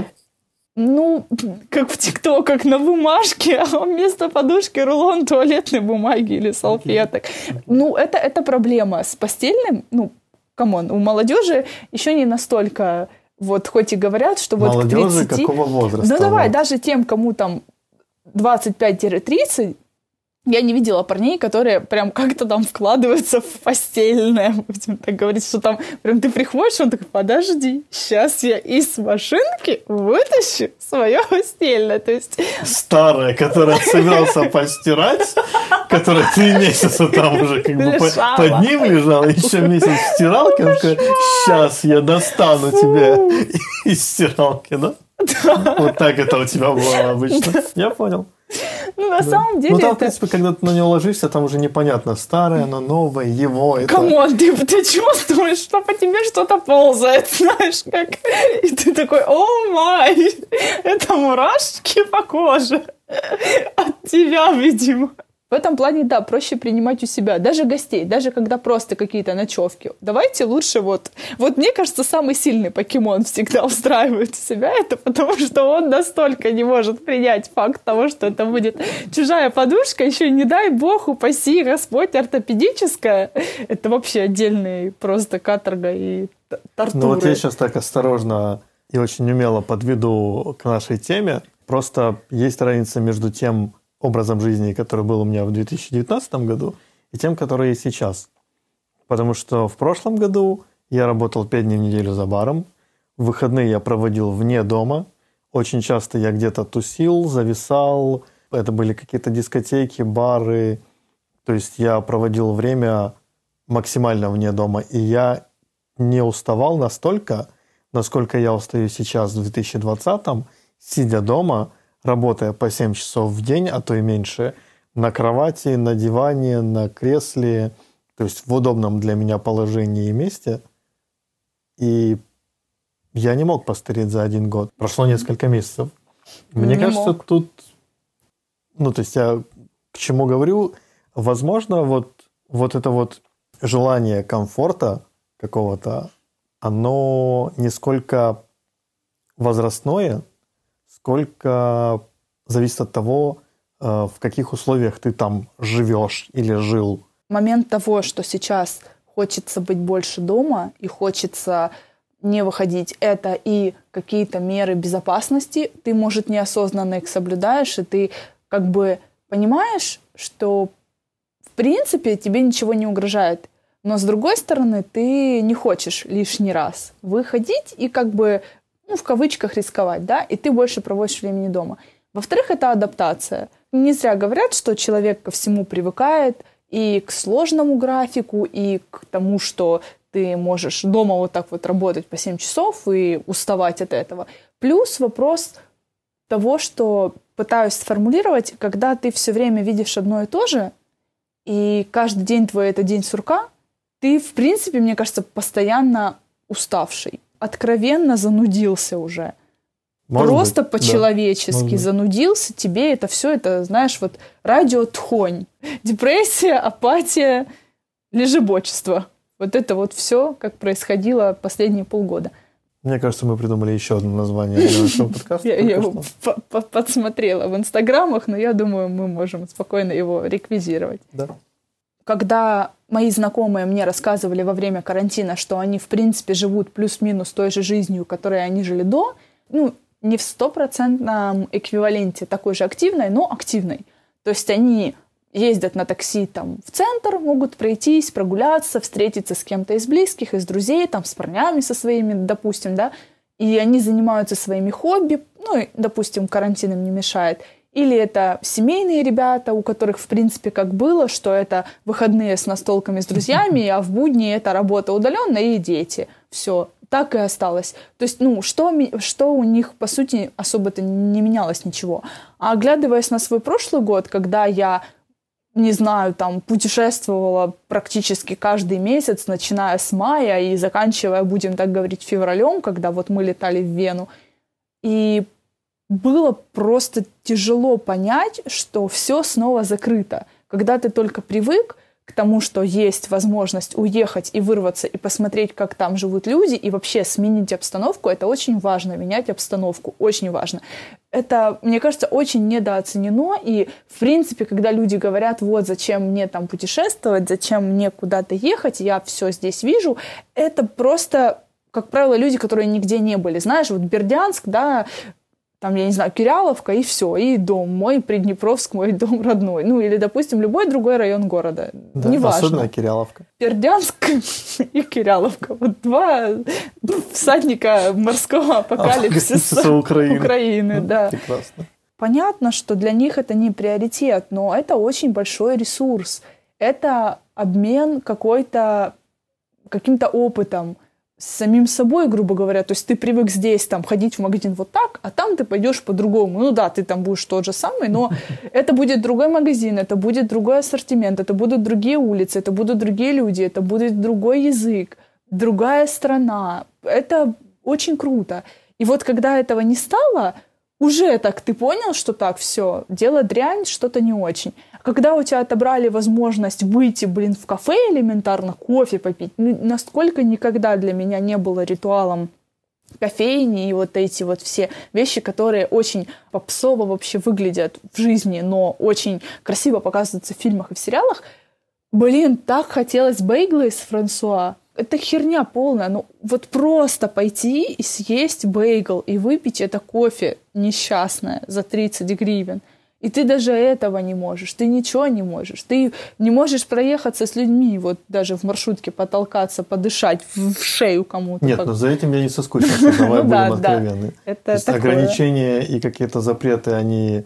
Как в ТикТоках на бумажке, а вместо подушки рулон туалетной бумаги или салфеток. Это проблема с постельным. Камон, у молодежи еще не настолько, вот хоть и говорят, что вот к 30... Молодежи какого возраста? Давай, даже тем, кому там 25-30, я не видела парней, которые прям как-то там вкладываются в постельное. Будем так говорить, что там прям ты приходишь, он такой, подожди, сейчас я из машинки вытащу свое постельное. То есть... Старое, которое собирался постирать, которое 3 месяца там уже как бы под ним лежало, еще месяц в стиралке, он такой, сейчас я достану тебя из стиралки, да? Да. Вот так это у тебя было обычно. Я понял. Ну, на самом деле Ну, там, это... в принципе, когда ты на него ложишься, там уже непонятно, старое оно, новое, его. Это... Камон, ты чувствуешь, что по тебе что-то ползает, знаешь, как... И ты такой, о май, это мурашки по коже от тебя, видимо. В этом плане, да, проще принимать у себя. Даже гостей, даже когда просто какие-то ночевки. Давайте лучше вот... Вот мне кажется, самый сильный покемон всегда устраивает себя это, потому что он настолько не может принять факт того, что это будет чужая подушка, еще не дай бог, упаси Господь, ортопедическая. Это вообще отдельный просто каторга и тортура. Ну вот я сейчас так осторожно и очень умело подведу к нашей теме. Просто есть разница между тем образом жизни, который был у меня в 2019 году, и тем, который есть сейчас. Потому что в прошлом году я работал 5 дней в неделю за баром, в выходные я проводил вне дома, очень часто я где-то тусил, зависал, это были какие-то дискотеки, бары, то есть я проводил время максимально вне дома, и я не уставал настолько, насколько я устаю сейчас в 2020-м, сидя дома, работая по 7 часов в день, а то и меньше, на кровати, на диване, на кресле, то есть в удобном для меня положении и месте. И я не мог постареть за 1 год. Прошло несколько месяцев. Мне кажется, тут... Ну, то есть я к чему говорю? Возможно, вот это вот желание комфорта какого-то, оно не сколько возрастное, сколько зависит от того, в каких условиях ты там живешь или жил. Момент того, что сейчас хочется быть больше дома и хочется не выходить, это и какие-то меры безопасности. Ты, может, неосознанно их соблюдаешь, и ты как бы понимаешь, что в принципе тебе ничего не угрожает. Но с другой стороны, ты не хочешь лишний раз выходить и как бы в кавычках рисковать, да, и ты больше проводишь времени дома. Во-вторых, это адаптация. Не зря говорят, что человек ко всему привыкает, и к сложному графику, и к тому, что ты можешь дома вот так вот работать по 7 часов и уставать от этого. Плюс вопрос того, что пытаюсь сформулировать, когда ты все время видишь одно и то же, и каждый день твой это день сурка, ты, в принципе, мне кажется, постоянно уставший. Откровенно занудился уже. Может Просто быть, по-человечески да. занудился. Тебе это все, это, знаешь, вот радиотхонь. Депрессия, апатия, лежебочество. Вот это вот все, как происходило последние полгода. Мне кажется, мы придумали еще одно название для нашего подкаста. Я его подсмотрела в инстаграмах, но я думаю, мы можем спокойно его реквизировать. Да. Когда мои знакомые мне рассказывали во время карантина, что они, в принципе, живут плюс-минус той же жизнью, которой они жили до, не в 100% эквиваленте такой же активной, но активной. То есть они ездят на такси там в центр, могут пройтись, прогуляться, встретиться с кем-то из близких, из друзей, там, с парнями со своими, допустим, да, и они занимаются своими хобби, допустим, карантин им не мешает. Или это семейные ребята, у которых, в принципе, как было, что это выходные с настолками с друзьями, а в будни это работа удаленная и дети. Все, так и осталось. То есть, что у них, по сути, особо-то не менялось ничего. А оглядываясь на свой прошлый год, когда я, не знаю, там, путешествовала практически каждый месяц, начиная с мая и заканчивая, будем так говорить, февралем, когда вот мы летали в Вену, и было просто тяжело понять, что все снова закрыто. Когда ты только привык к тому, что есть возможность уехать и вырваться, и посмотреть, как там живут люди, и вообще сменить обстановку, это очень важно, менять обстановку, очень важно. Это, мне кажется, очень недооценено, и, в принципе, когда люди говорят, вот, зачем мне там путешествовать, зачем мне куда-то ехать, я все здесь вижу, это просто, как правило, люди, которые нигде не были. Знаешь, вот Бердянск, да, там, я не знаю, Кирилловка, и все, и дом мой, Приднепровск, мой дом родной. Или, допустим, любой другой район города. Да, неважно. Особенно Кирилловка. Бердянск и Кирилловка. Вот 2 всадника морского апокалипсиса Украины. Да. Прекрасно. Понятно, что для них это не приоритет, но это очень большой ресурс. Это обмен каким-то опытом. с самим собой, грубо говоря. То есть ты привык здесь там ходить в магазин вот так, а там ты пойдешь по-другому. Ну да, ты там будешь тот же самый, но это будет другой магазин, это будет другой ассортимент, это будут другие улицы, это будут другие люди, это будет другой язык, другая страна. Это очень круто. И вот когда этого не стало, уже так ты понял, что так, все, дело дрянь, что-то не очень. Когда у тебя отобрали возможность выйти, в кафе элементарно, кофе попить, насколько никогда для меня не было ритуалом кофейни и вот эти вот все вещи, которые очень попсово вообще выглядят в жизни, но очень красиво показываются в фильмах и в сериалах. Так хотелось бейглы из Франсуа. Это херня полная. Ну, вот просто пойти и съесть бейгл и выпить это кофе несчастное за 30 гривен. И ты даже этого не можешь. Ты ничего не можешь. Ты не можешь проехаться с людьми, вот даже в маршрутке потолкаться, подышать в шею кому-то. Нет, но за этим я не соскучился. Давай будем откровенны. То есть ограничения и какие-то запреты, они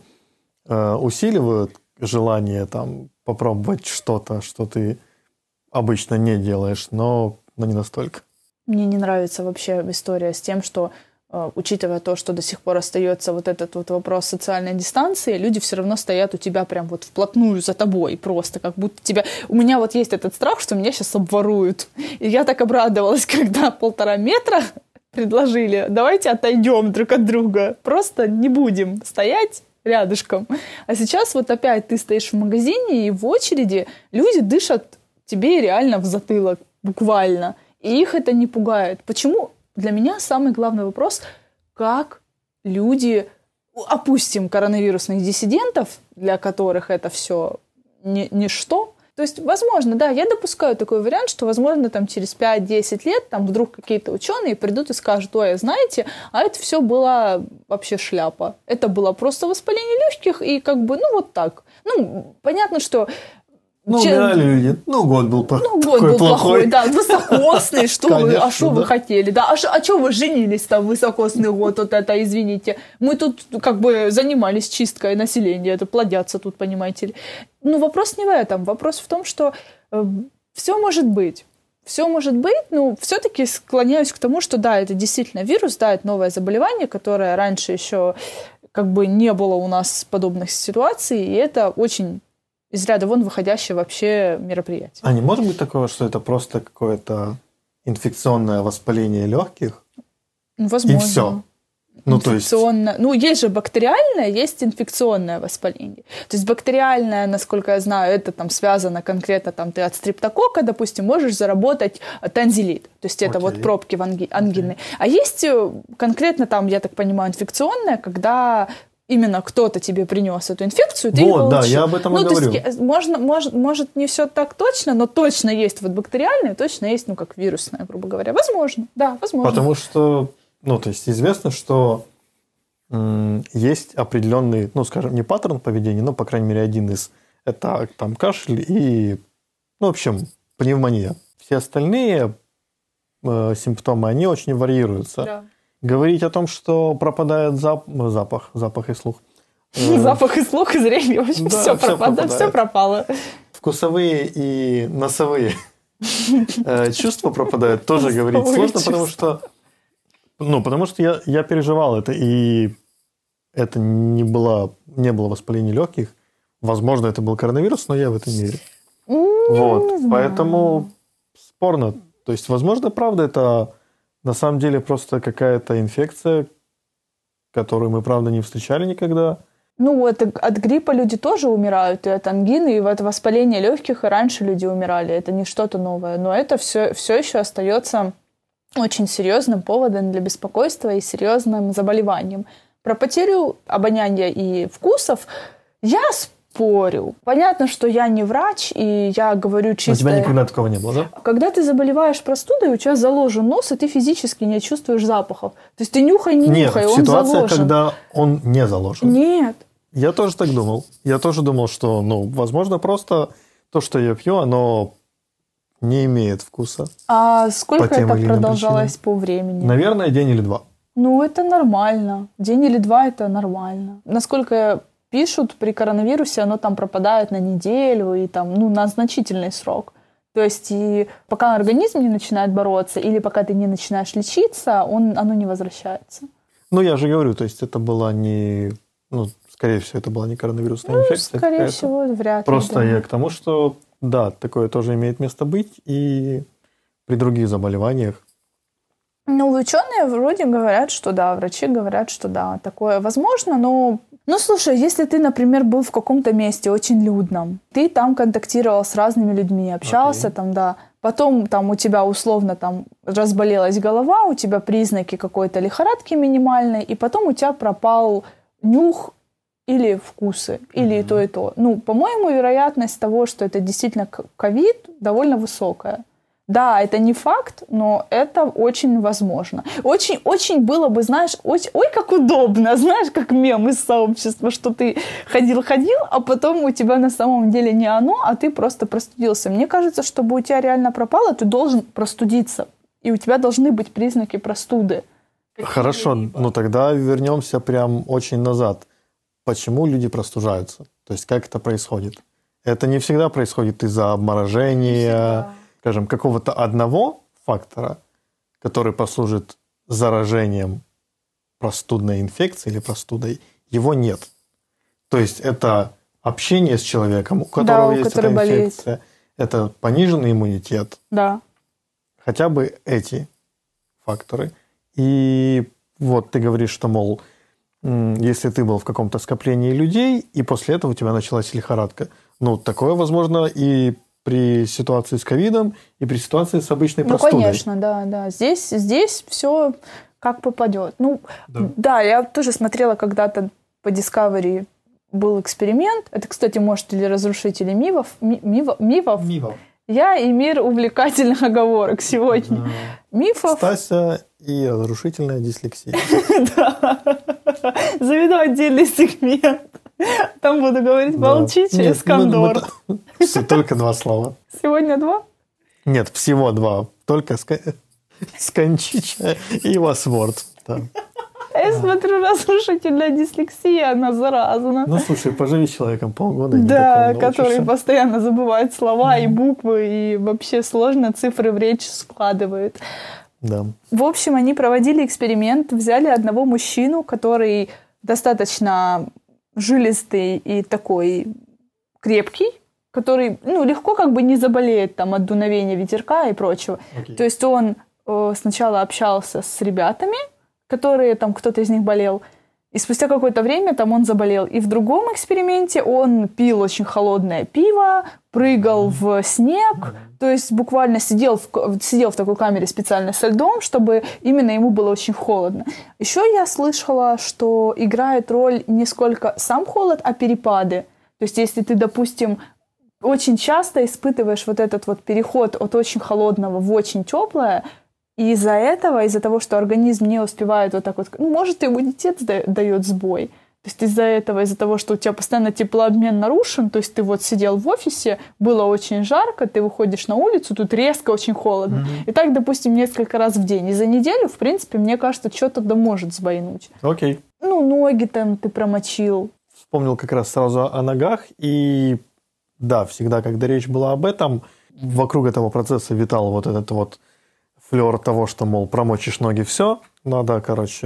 усиливают желание там попробовать что-то, что ты обычно не делаешь, но не настолько. Мне не нравится вообще история с тем, что, учитывая то, что до сих пор остается вот этот вот вопрос социальной дистанции, люди все равно стоят у тебя прям вот вплотную за тобой, просто как будто тебя... У меня вот есть этот страх, что меня сейчас обворуют. И я так обрадовалась, когда 1,5 метра предложили, давайте отойдем друг от друга, просто не будем стоять рядышком. А сейчас вот опять ты стоишь в магазине, и в очереди люди дышат тебе реально в затылок, буквально. И их это не пугает. Почему? Для меня самый главный вопрос, как люди, опустим коронавирусных диссидентов, для которых это все ничто. То есть, возможно, да, я допускаю такой вариант, что, возможно, там через 5-10 лет там вдруг какие-то ученые придут и скажут: ой, знаете, а это все была вообще шляпа. Это было просто воспаление легких, и как бы, вот так. Понятно, что умирали люди. Год был плохой. Да, высокосный, что вы, а что вы хотели? Да, а что вы женились там, высокосный год, вот это, извините. Мы тут как бы занимались чисткой населения, это плодятся тут, понимаете ли. Вопрос не в этом, вопрос в том, что все может быть. Все может быть, но все-таки склоняюсь к тому, что да, это действительно вирус, да, это новое заболевание, которое раньше еще как бы не было у нас подобных ситуаций, и это очень из ряда вон выходящее вообще мероприятие. А не может быть такого, что это просто инфекционное воспаление легких? Возможно. И все. Есть же бактериальное, есть инфекционное воспаление. То есть бактериальное, насколько я знаю, это там связано конкретно, там ты от стрептокока, допустим, можешь заработать танзилит. То есть это вот пробки ангины. А есть конкретно там, я так понимаю, инфекционное, когда именно кто-то тебе принес эту инфекцию, ты ее получил. Да, я об этом и говорю. То есть, может, не все так точно, но точно есть вот бактериальное, точно есть, как вирусное, грубо говоря. Возможно, да, возможно. Потому что, то есть известно, что есть определенный, скажем, не паттерн поведения, но, по крайней мере, один из. Это там кашель и, в общем, пневмония. Все остальные симптомы, они очень варьируются. Да. Говорить о том, что пропадает запах и слух. Запах и слух, и зрение. В общем, все пропало. Вкусовые и носовые чувства пропадают. Тоже говорить сложно, потому что я переживал это, и это не было воспаления легких. Возможно, это был коронавирус, но я в это не верю. Поэтому спорно. То есть, возможно, правда, это на самом деле просто какая-то инфекция, которую мы, правда, не встречали никогда. От гриппа люди тоже умирают, и от ангины, и от воспаления легких, и раньше люди умирали. Это не что-то новое. Но это все еще остается очень серьезным поводом для беспокойства и серьезным заболеванием. Про потерю обоняния и вкусов я спорю. Понятно, что я не врач, и я говорю чисто... У тебя никогда такого не было, да? Когда ты заболеваешь простудой, у тебя заложен нос, и ты физически не чувствуешь запахов. То есть ты нюхай, не нюхай, он заложен. Нет, ситуация, когда он не заложен. Нет. Я тоже так думал. Я тоже думал, что, возможно, просто то, что я пью, оно не имеет вкуса. А сколько это продолжалось по времени? Наверное, день или два. Это нормально. День или два – это нормально. Насколько пишут, при коронавирусе оно там пропадает на неделю и там, на значительный срок. То есть и пока организм не начинает бороться или пока ты не начинаешь лечиться, оно не возвращается. Ну, я же говорю, то есть это была не... Ну, скорее всего, это была не коронавирусная инфекция. Скорее всего, вряд ли. Просто да. я к тому, что да, такое тоже имеет место быть и при других заболеваниях. Ну, ученые вроде говорят, что да, врачи говорят, что да, такое возможно, но... Ну, слушай, если ты, например, был в каком-то месте очень людном, ты там контактировал с разными людьми, общался там, да, потом там у тебя условно там разболелась голова, у тебя признаки какой-то лихорадки минимальной, и потом у тебя пропал нюх или вкусы, или и то, и то. Ну, по-моему, вероятность того, что это действительно ковид, довольно высокая. Да, это не факт, но это очень возможно. Очень было бы, знаешь, ой, как удобно, знаешь, как мем из сообщества, что ты ходил, а потом у тебя на самом деле не оно, а ты просто простудился. Мне кажется, чтобы у тебя реально пропало, ты должен простудиться, и у тебя должны быть признаки простуды. Хорошо, ну тогда вернемся прям очень назад. Почему люди простужаются? То есть как это происходит? Это не всегда происходит из-за обморожения, скажем, какого-то одного фактора, который послужит заражением простудной инфекцией или простудой, его нет. То есть это общение с человеком, у которого есть эта инфекция, это пониженный иммунитет. Да. Хотя бы эти факторы. И вот ты говоришь, что, мол, если ты был в каком-то скоплении людей, и после этого у тебя началась лихорадка. Ну, такое возможно и при ситуации с ковидом, и при ситуации с обычной простудой. Ну, конечно, да. Здесь все как попадет. Ну, да, я тоже смотрела когда-то по Discovery был эксперимент. Это, кстати, может, или разрушители мифов. Я и мир увлекательных оговорок сегодня. Мифов. Стася и разрушительная дислексия. Да. Заведу отдельный сегмент. Там буду говорить «молчи» через кондор. Только 2 слова. Сегодня 2? Нет, всего 2. Только скончича и восворд. Я смотрю, разрушительная дислексия, она заразна. Ну, слушай, поживи с человеком полгода. Да, который постоянно забывает слова и буквы, и вообще сложно цифры в речь складывает. Да. В общем, они проводили эксперимент, взяли одного мужчину, который достаточно жилистый и такой крепкий, который, легко как бы не заболеет там от дуновения ветерка и прочего. То есть он сначала общался с ребятами, которые там, кто-то из них болел, и спустя какое-то время там он заболел. И в другом эксперименте он пил очень холодное пиво, прыгал в снег, то есть буквально сидел в такой камере специально со льдом, чтобы именно ему было очень холодно. Еще я слышала, что играет роль не сколько сам холод, а перепады. То есть если ты, допустим, очень часто испытываешь вот этот вот переход от очень холодного в очень теплое, и из-за того, что организм не успевает вот так вот... может, иммунитет дает сбой. То есть из-за того, что у тебя постоянно теплообмен нарушен, то есть ты вот сидел в офисе, было очень жарко, ты выходишь на улицу, тут резко очень холодно. И так, допустим, несколько раз в день. И за неделю, в принципе, мне кажется, что-то да может сбойнуть. Окей. Ноги там ты промочил. Вспомнил как раз сразу о ногах. И да, всегда, когда речь была об этом, вокруг этого процесса витал вот этот вот флёр того, что, мол, промочишь ноги, все, надо,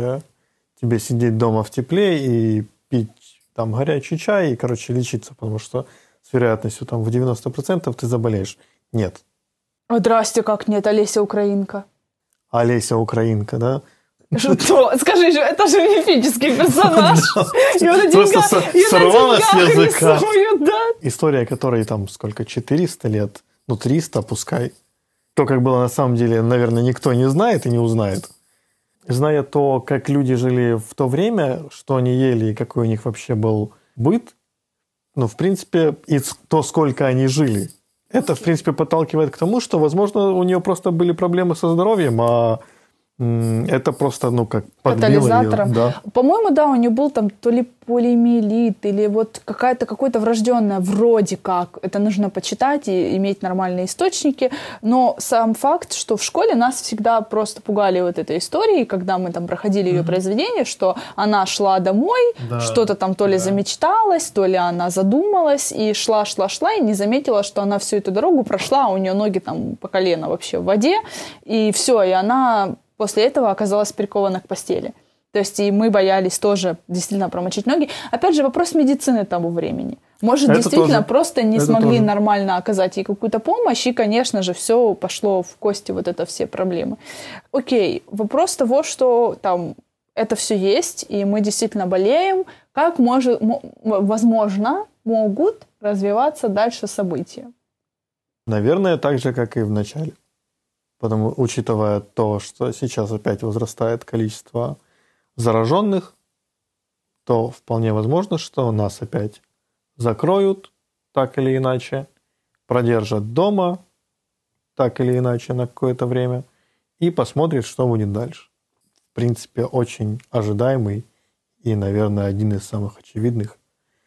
тебе сидеть дома в тепле и пить там горячий чай и, лечиться, потому что с вероятностью там в 90% ты заболеешь. Нет. Здрасте, как нет, Олеся Украинка. Олеся Украинка, да? Что? Скажи, это же мифический персонаж. Просто сорвалась с языка. История, которой там сколько, 400 лет, 300 пускай. То, как было на самом деле, наверное, никто не знает и не узнает. Зная то, как люди жили в то время, что они ели и какой у них вообще был быт, в принципе, и то, сколько они жили, это, в принципе, подталкивает к тому, что, возможно, у нее просто были проблемы со здоровьем, а Это просто, как подбило её, катализатором. да. По-моему, да, у нее был там то ли полиомиелит, или вот какое-то врожденное, вроде как. Это нужно почитать и иметь нормальные источники. Но сам факт, что в школе нас всегда просто пугали вот этой историей, когда мы там проходили ее произведение, что она шла домой, что-то там то ли замечталась, то ли она задумалась, и шла, и не заметила, что она всю эту дорогу прошла, а у нее ноги там по колено вообще в воде, и все, и она после этого оказалась прикована к постели. То есть и мы боялись тоже действительно промочить ноги. Опять же, вопрос медицины того времени. Может, это действительно тоже, просто не смогли тоже нормально оказать ей какую-то помощь, и, конечно же, все пошло в кости, вот это все проблемы. Окей, вопрос того, что там это все есть, и мы действительно болеем, как возможно могут развиваться дальше события? Наверное, так же, как и в начале. Потому, учитывая то, что сейчас опять возрастает количество зараженных, то вполне возможно, что нас опять закроют так или иначе, продержат дома так или иначе на какое-то время и посмотрят, что будет дальше. В принципе, очень ожидаемый и, наверное, один из самых очевидных.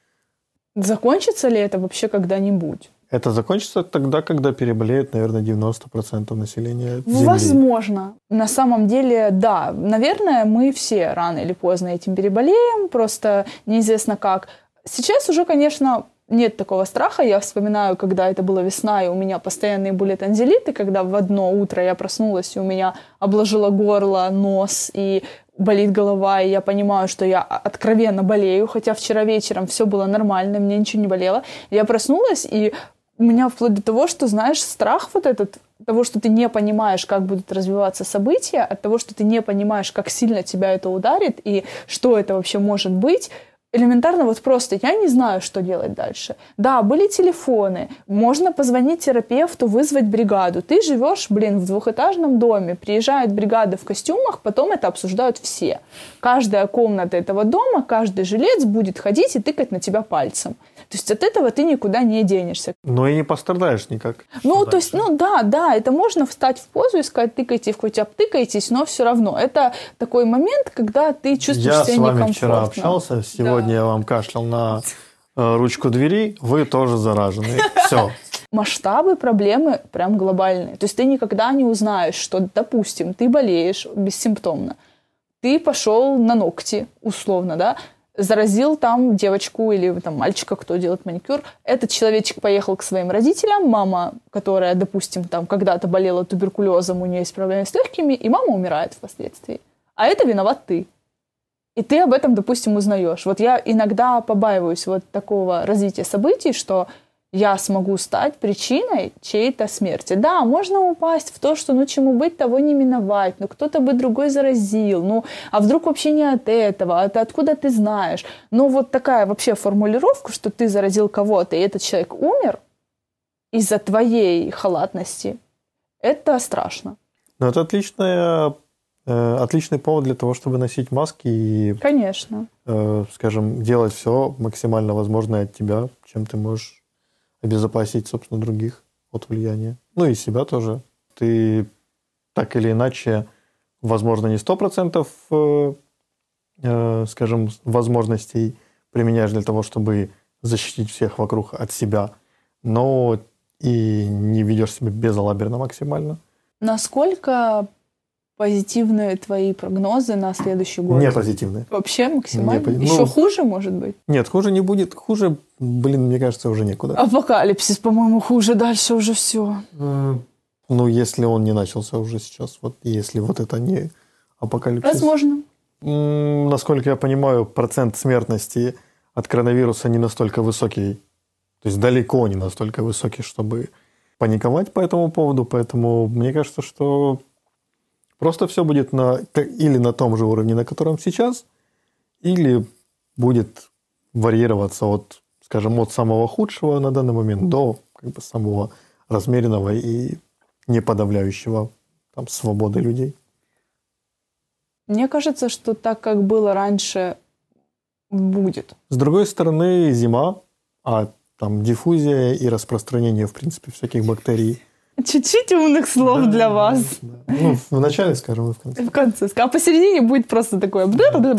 Закончится ли это вообще когда-нибудь? Это закончится тогда, когда переболеет, наверное, 90% населения Земли. Возможно. На самом деле, да. Наверное, мы все рано или поздно этим переболеем, просто неизвестно как. Сейчас уже, конечно, нет такого страха. Я вспоминаю, когда это была весна, и у меня постоянные были танзелиты, когда в одно утро я проснулась, и у меня обложило горло, нос, и болит голова, и я понимаю, что я откровенно болею, хотя вчера вечером все было нормально, мне ничего не болело. Я проснулась, и у меня вплоть до того, что, знаешь, страх вот этот, того, что ты не понимаешь, как будут развиваться события, от того, что ты не понимаешь, как сильно тебя это ударит и что это вообще может быть, элементарно вот просто я не знаю, что делать дальше. Да, были телефоны, можно позвонить терапевту, вызвать бригаду. Ты живешь, в двухэтажном доме, приезжают бригады в костюмах, потом это обсуждают все. Каждая комната этого дома, каждый жилец будет ходить и тыкать на тебя пальцем. То есть от этого ты никуда не денешься. Но и не пострадаешь никак. То есть, да, это можно встать в позу и сказать, тыкайте, хоть обтыкайтесь, но все равно. Это такой момент, когда ты чувствуешь себя некомфортно. Я с вами вчера общался, сегодня я вам кашлял на ручку двери, вы тоже заражены. Все. Масштабы проблемы прям глобальные. То есть ты никогда не узнаешь, что, допустим, ты болеешь бессимптомно, ты пошел на ногти, условно, да, заразил там девочку или там мальчика, кто делает маникюр. Этот человечек поехал к своим родителям, мама, которая, допустим, там когда-то болела туберкулезом, у нее есть проблемы с легкими, и мама умирает впоследствии. А это виноват ты. И ты об этом, допустим, узнаешь. Вот я иногда побаиваюсь вот такого развития событий, что я смогу стать причиной чьей-то смерти. Да, можно упасть в то, что чему быть, того не миновать, кто-то бы другой заразил, а вдруг вообще не от этого, а откуда ты знаешь? Но вот такая вообще формулировка, что ты заразил кого-то, и этот человек умер из-за твоей халатности, это страшно. Но это отличный повод для того, чтобы носить маски и, конечно, скажем, делать все максимально возможное от тебя, чем ты можешь обезопасить, собственно, других от влияния. И себя тоже. Ты так или иначе, возможно, не 100%, скажем, возможностей применяешь для того, чтобы защитить всех вокруг от себя, но и не ведешь себя безалаберно максимально. Насколько позитивные твои прогнозы на следующий год? Не позитивные. Вообще максимально? Еще хуже, может быть? Нет, хуже не будет. Хуже, мне кажется, уже некуда. Апокалипсис, по-моему, хуже. Дальше уже все. Если он не начался уже сейчас. Вот если вот это не апокалипсис. Возможно. Насколько я понимаю, процент смертности от коронавируса не настолько высокий. То есть далеко не настолько высокий, чтобы паниковать по этому поводу. Поэтому мне кажется, что просто все будет или на том же уровне, на котором сейчас, или будет варьироваться от самого худшего на данный момент до самого размеренного и не подавляющего свободы людей. Мне кажется, что так, как было раньше, будет. С другой стороны, зима, а диффузия и распространение, в принципе, всяких бактерий Чуть-чуть умных слов для вас. Да. Ну, в начале скажем и в конце. В конце. А посередине будет просто такое...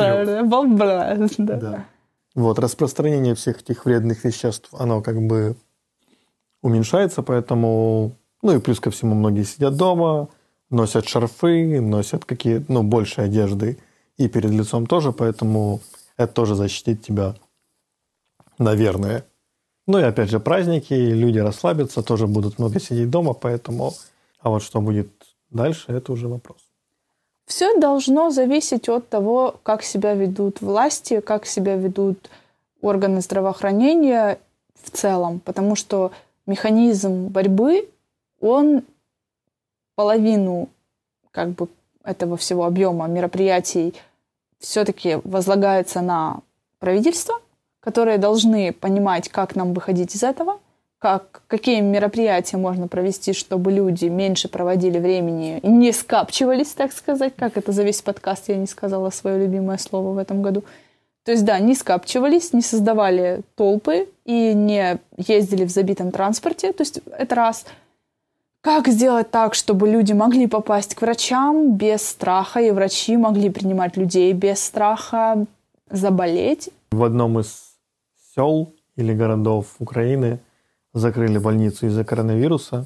Да. Вот, распространение всех этих вредных веществ, оно как бы уменьшается, поэтому... Ну и плюс ко всему многие сидят дома, носят шарфы, носят какие-то, больше одежды. И перед лицом тоже, поэтому это тоже защитит тебя, наверное. Ну и опять же праздники, люди расслабятся, тоже будут много сидеть дома, поэтому... А вот что будет дальше, это уже вопрос. Все должно зависеть от того, как себя ведут власти, как себя ведут органы здравоохранения в целом. Потому что механизм борьбы, он половину как бы этого всего объема мероприятий все-таки возлагается на правительство, которые должны понимать, как нам выходить из этого, какие мероприятия можно провести, чтобы люди меньше проводили времени и не скапчивались, так сказать, как это за весь подкаст я не сказала свое любимое слово в этом году. То есть, да, не скапчивались, не создавали толпы и не ездили в забитом транспорте. То есть, это раз. Как сделать так, чтобы люди могли попасть к врачам без страха, и врачи могли принимать людей без страха, заболеть? В одном из сел или городов Украины закрыли больницу из-за коронавируса,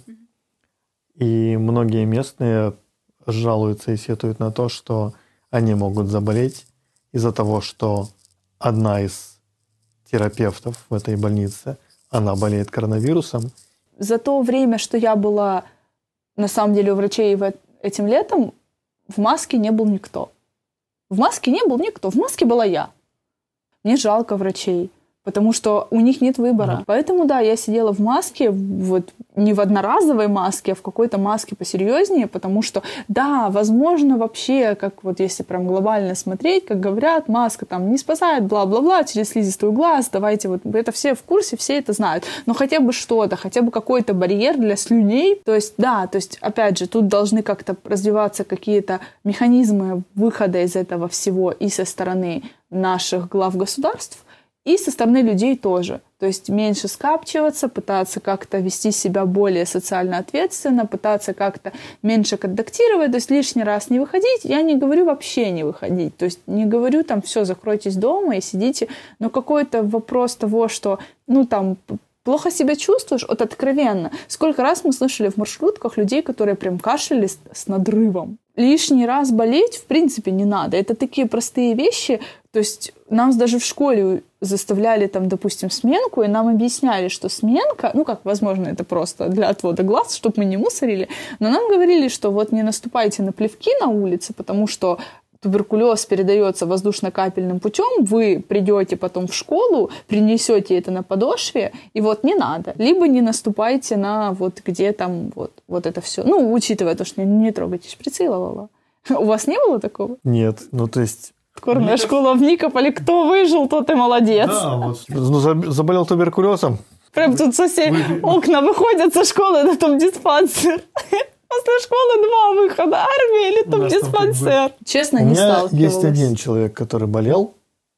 и многие местные жалуются и сетуют на то, что они могут заболеть из-за того, что одна из терапевтов в этой больнице, она болеет коронавирусом. За то время, что я была, на самом деле, у врачей этим летом, в маске не был никто. В маске не был никто, в маске была я. Мне жалко врачей, потому что у них нет выбора. Да. Поэтому, да, я сидела в маске, вот не в одноразовой маске, а в какой-то маске посерьезнее, потому что, да, возможно, вообще, как вот если прям глобально смотреть, как говорят, маска там не спасает, бла-бла-бла, через слизистую глаз, давайте вот, это все в курсе, все это знают, но хотя бы что-то, хотя бы какой-то барьер для слюней, то есть, да, то есть, опять же, тут должны как-то развиваться какие-то механизмы выхода из этого всего и со стороны наших глав государств, и со стороны людей тоже. То есть меньше скапчиваться, пытаться как-то вести себя более социально ответственно, пытаться как-то меньше контактировать, то есть лишний раз не выходить. Я не говорю вообще не выходить. То есть не говорю там все, закройтесь дома и сидите. Но какой-то вопрос того, что там плохо себя чувствуешь, вот откровенно. Сколько раз мы слышали в маршрутках людей, которые прям кашляли с надрывом. Лишний раз болеть, в принципе, не надо. Это такие простые вещи. То есть нам даже в школе заставляли там, допустим, сменку, и нам объясняли, что сменка, возможно, это просто для отвода глаз, чтобы мы не мусорили, но нам говорили, что вот не наступайте на плевки на улице, потому что туберкулез передается воздушно-капельным путем, вы придете потом в школу, принесете это на подошве, и вот не надо. Либо не наступайте на вот где там вот это все. Учитывая то, что не трогайте шприцы, ла-ла-ла. У вас не было такого? Нет, то есть... Скорная школа в Никополе. Кто выжил, тот и молодец. Да, вот. Заболел туберкулезом. Прям тут окна выходят со школы, это там диспансер. После школы 2 выхода. Армия или там диспансер. Честно, не сталкивалась. У меня есть один человек, который болел.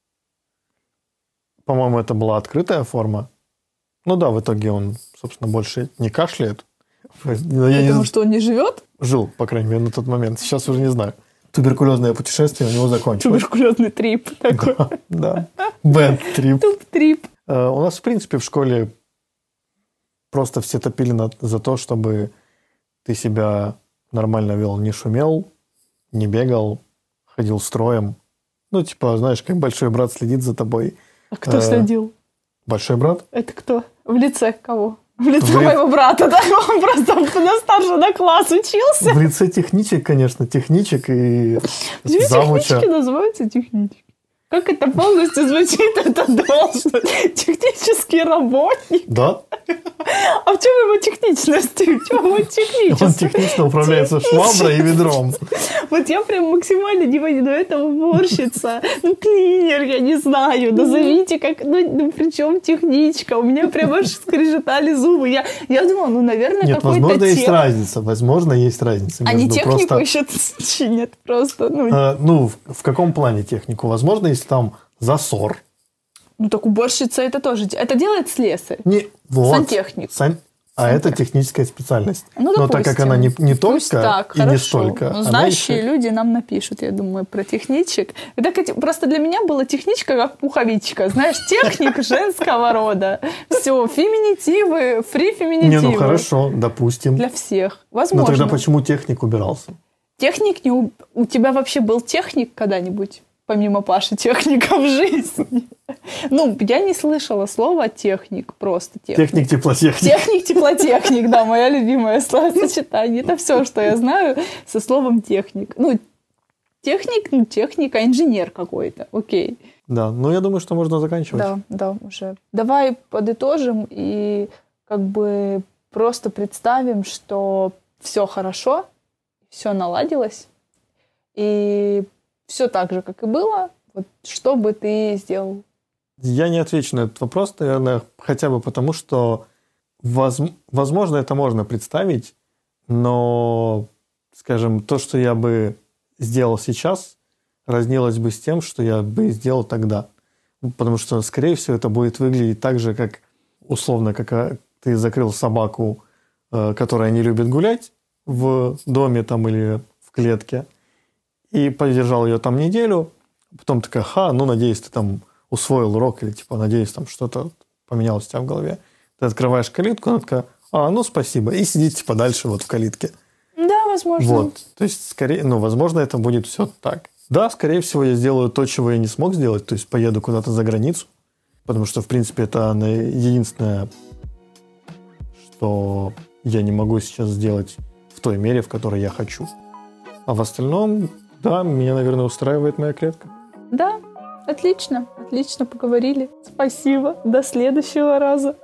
По-моему, это была открытая форма. В итоге он, собственно, больше не кашляет. Потому что он не живет? Жил, по крайней мере, на тот момент. Сейчас уже не знаю. Туберкулезное путешествие у него закончилось. Туберкулезный трип такой. Да. Bad trip. Туп-трип. У нас, в принципе, в школе просто все топили за то, чтобы ты себя нормально вел, не шумел, не бегал, ходил строем. Знаешь, как большой брат следит за тобой. А кто следил? Большой брат? Это кто? В лице кого? В лице моего брата, да? Он просто на старше на класс учился. В лице техничек, конечно, техничек и завуча. Технички называются технички. Как это полностью звучит, это должность? Технический работник? Да. А в чем его техничность? В чем его техничность? Он технично управляется шваброй и ведром. Вот я прям максимально не понимаю, это уборщица, клинер, я не знаю, назовите как, при чем техничка? У меня прям аж скрежетали зубы. Я думала, наверное, нет, какой-то возможно, есть разница. Возможно, есть разница. Они технику еще чинят просто. В каком плане технику? Возможно, если там засор. Так уборщица это тоже. Это делает слесарь. Сантехник. А это техническая специальность. Ну, но так как она не пусть только так, и хорошо. не столько. Ну, знающие люди нам напишут, я думаю, про техничек. Просто для меня была техничка как пуховичка. Знаешь, техник женского рода. Все, феминитивы, фри-феминитивы. Не, ну хорошо, допустим. Для всех. Возможно. Но тогда почему техник убирался? Техник не... У тебя вообще был техник когда-нибудь? Помимо Паши, техника в жизни. Ну, я не слышала слова техник, просто техник. Техник-теплотехник. Техник-теплотехник, да, моя любимое словосочетание. Это все, что я знаю со словом техник. Ну, техника, инженер какой-то, окей. Да, ну я думаю, что можно заканчивать. Да, уже. Давай подытожим и как бы просто представим, что все хорошо, все наладилось, и все так же, как и было. Вот что бы ты сделал? Я не отвечу на этот вопрос, наверное, хотя бы потому, что, возможно, это можно представить, но, скажем, то, что я бы сделал сейчас, разнилось бы с тем, что я бы сделал тогда. Потому что, скорее всего, это будет выглядеть так же, как, условно, как ты закрыл собаку, которая не любит гулять в доме там или в клетке, и подержал ее там неделю, потом такая, надеюсь, ты там усвоил урок, или типа, надеюсь, там что-то поменялось у тебя в голове. Ты открываешь калитку, она такая, спасибо, и сидите типа дальше вот в калитке. Да, возможно. Вот, то есть, скорее, возможно, это будет все так. Да, скорее всего, я сделаю то, чего я не смог сделать, то есть поеду куда-то за границу, потому что, в принципе, это единственное, что я не могу сейчас сделать в той мере, в которой я хочу. А в остальном, да, меня, наверное, устраивает моя клетка. Да, отлично поговорили. Спасибо, до следующего раза.